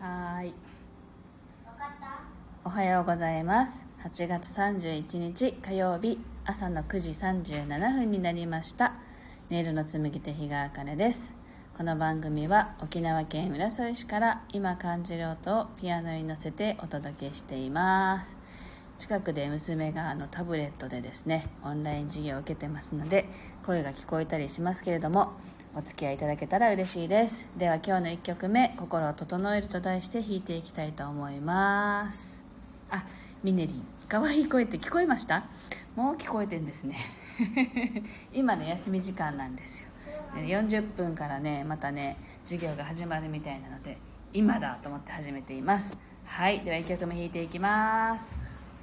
はい。おはようございます。8月31日火曜日、朝の9時37分になりました。ネイルの紡手日川茜です。この番組は沖縄県浦添市から今感じる音をピアノに乗せてお届けしています。近くで娘がタブレットでですね、オンライン授業を受けてますので、声が聞こえたりしますけれども、お付き合いいただけたら嬉しいです。では今日の1曲目、心を整えると題して弾いていきたいと思います。ミネリン、可愛い声って聞こえました？もう聞こえてんですね今ね、休み時間なんですよ。40分からね、またね、授業が始まるみたいなので、今だと思って始めています。はい、では1曲目弾いていきます。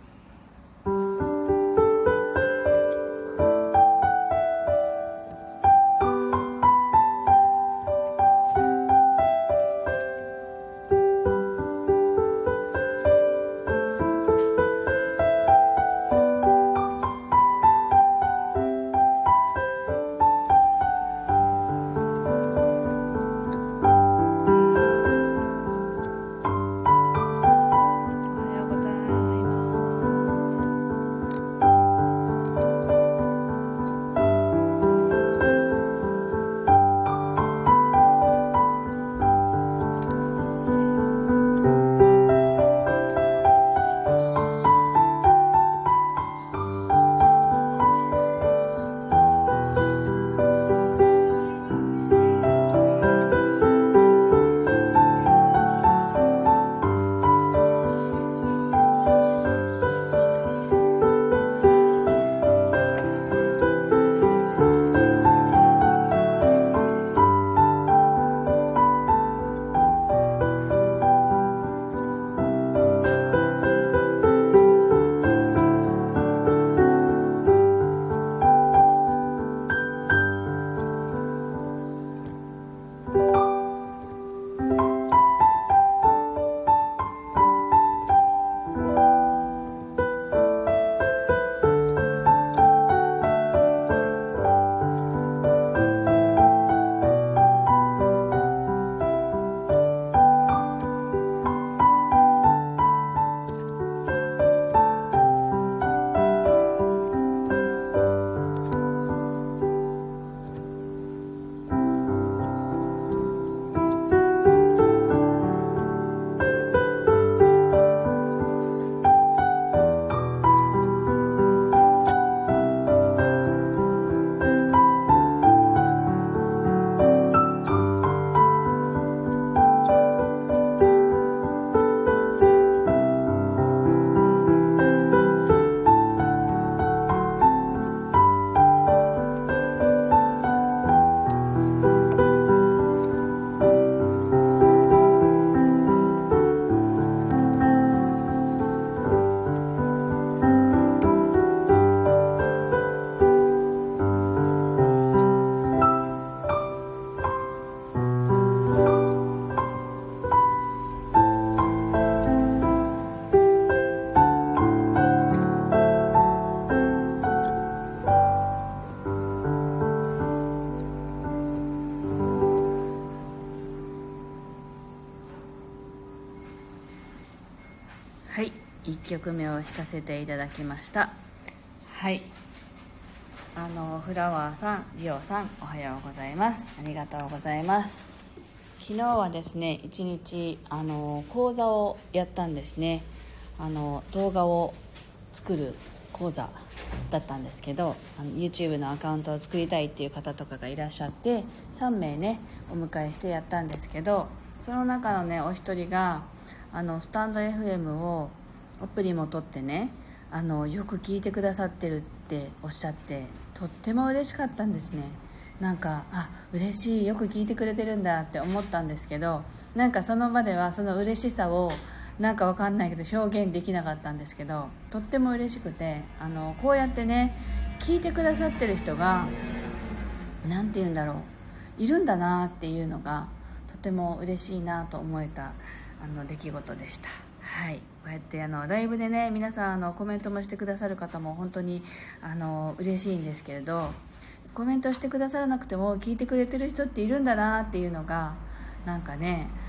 はい、1曲目を弾かせていただきました。はい、フラワーさん、ジオさん、おはようございます。ありがとうございます。昨日はですね、1日講座をやったんですね。動画を作る講座だったんですけど、YouTube のアカウントを作りたいっていう方とかがいらっしゃって、3名ねお迎えしてやったんですけど、その中のねお一人がスタンド FM をアプリも取ってね、よく聞いてくださってるっておっしゃって、とっても嬉しかったんですね。なんか嬉しい、よく聞いてくれてるんだって思ったんですけど、なんかその場ではその嬉しさをなんかわかんないけど表現できなかったんですけど、とっても嬉しくて、こうやってね聞いてくださってる人がなんて言うんだろう、いるんだなっていうのがとても嬉しいなと思えた出来事でした。はい、こうやってライブでね、皆さんコメントもしてくださる方も本当に嬉しいんですけれど、コメントしてくださらなくても聞いてくれてる人っているんだなっていうのがなんかね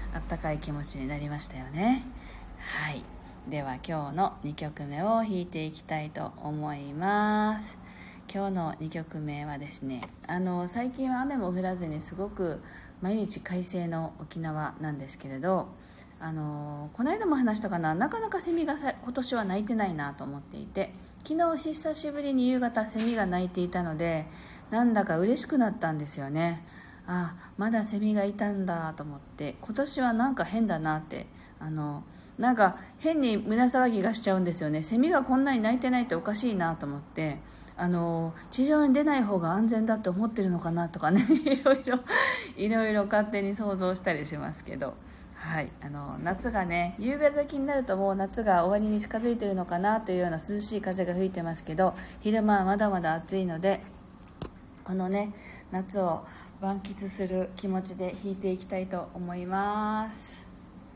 あったかい気持ちになりましたよね。はい、では今日の2曲目を弾いていきたいと思います。今日の2曲目はですね、最近は雨も降らずにすごく毎日快晴の沖縄なんですけれど、この間も話したかな、なかなかセミが今年は鳴いてないなと思っていて、昨日久しぶりに夕方セミが鳴いていたので、なんだか嬉しくなったんですよね。まだセミがいたんだと思って、今年はなんか変だなって、なんか変に胸騒ぎがしちゃうんですよね。セミがこんなに鳴いてないっておかしいなと思って、地上に出ない方が安全だって思ってるのかなとかねいろいろ勝手に想像したりしますけど、はい、夏がね、夕方時になるともう夏が終わりに近づいてるのかなというような涼しい風が吹いてますけど、昼間はまだまだ暑いので、このね夏を満喫する気持ちで弾いていきたいと思います。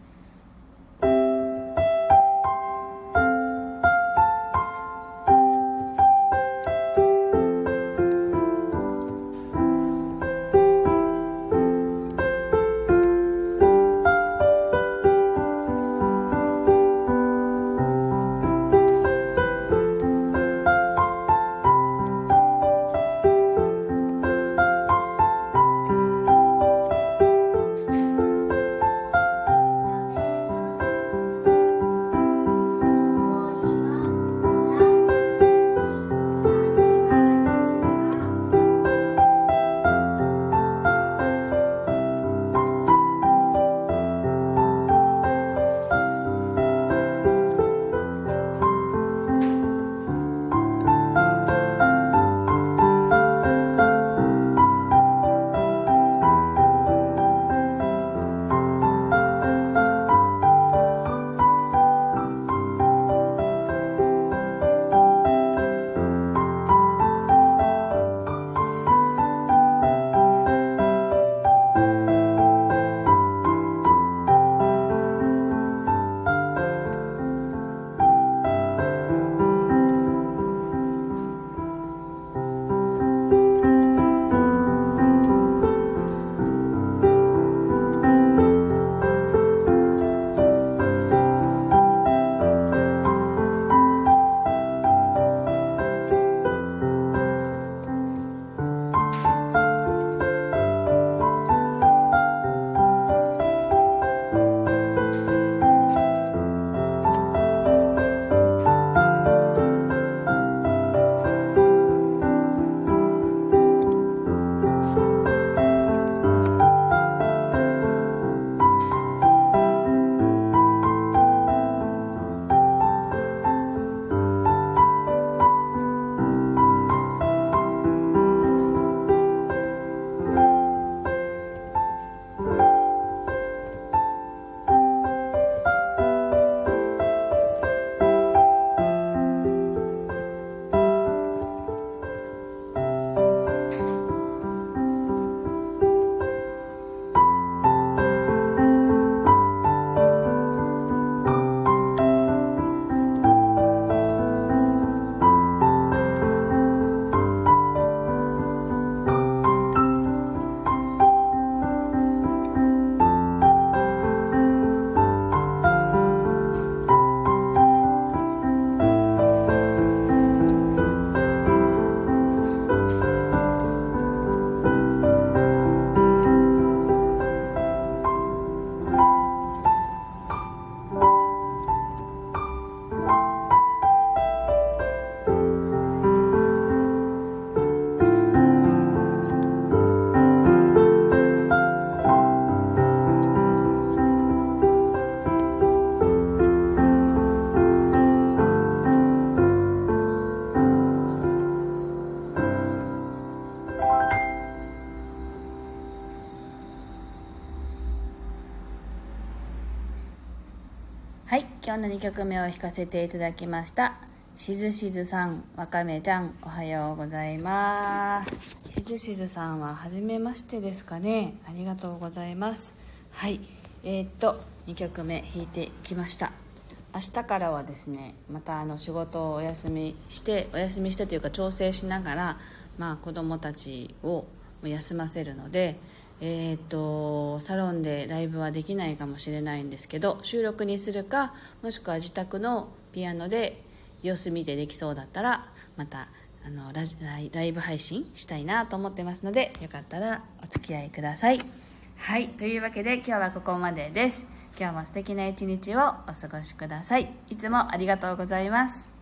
はい、今日の2曲目を弾かせていただきました。しずしずさん、わかめちゃん、おはようございます。しずしずさんは初めましてですかね。ありがとうございます。はい、2曲目弾いてきました。明日からはですね、また仕事をお休みしてというか調整しながら、子どもたちを休ませるので、 サロンでライブはできないかもしれないんですけど、収録にするか、もしくは自宅のピアノで様子見てできそうだったらまたライブ配信したいなと思ってますので、よかったらお付き合いください。はい、というわけで今日はここまでです。今日も素敵な一日をお過ごしください。いつもありがとうございます。